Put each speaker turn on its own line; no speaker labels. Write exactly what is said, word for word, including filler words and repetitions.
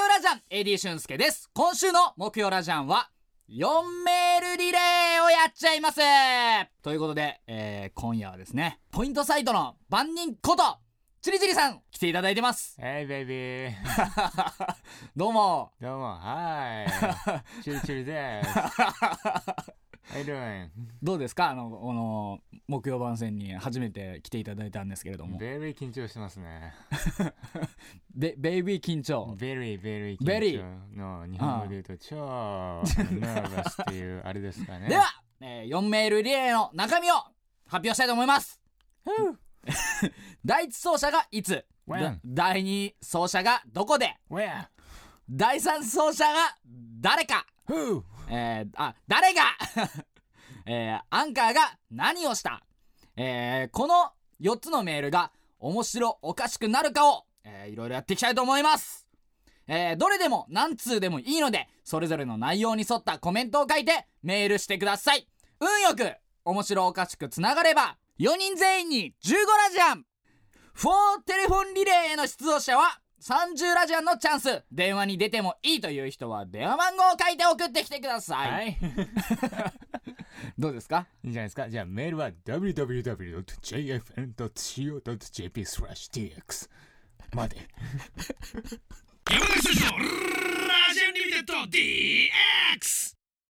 曜ラジャン エーディー 俊介です。今週の木曜ラジャンはよんメールリレーをやっちゃいますということで、えー、今夜はですね、ポイントサイトの番人ことチリチリさん来ていただいてます。
Hey baby
どうも
どうも、はいチリチリですHow you doing?
どうですか、あの、あの木曜番宣に初めて来ていただいたんですけれども。
ベリー緊張してますね
ベベイビー緊張。
ベリーベリー緊張
ベリー
の日本語で言うと超ナーバスっていうあれですかね。
では、えー、よんメールリレーの中身を発表したいと思います第一走者がいつ、
When?
第二走者がどこで、
Where?
第三走者が誰か、
Who?
えー、あ、誰が、えー、アンカーが何をした、えー、このよっつのメールが面白おかしくなるかを、えー、いろいろやっていきたいと思います。えー、どれでも何通でもいいので、それぞれの内容に沿ったコメントを書いてメールしてください。運よく面白おかしくつながればよにん全員にじゅうごラジャン、フォーテレフォンリレーへの出場者はさんじゅうラジャンのチャンス。電話に出てもいいという人は電話番号を書いて送ってきてください。
はい
どうですか？
いいじゃないですか。じゃあメールは ダブリューダブリューダブリュードットジェイエフエヌドットシーオードットジェーピー スラッシュ ディーエックス まで。
山崎選手のラジアンリミテッド ディーエックス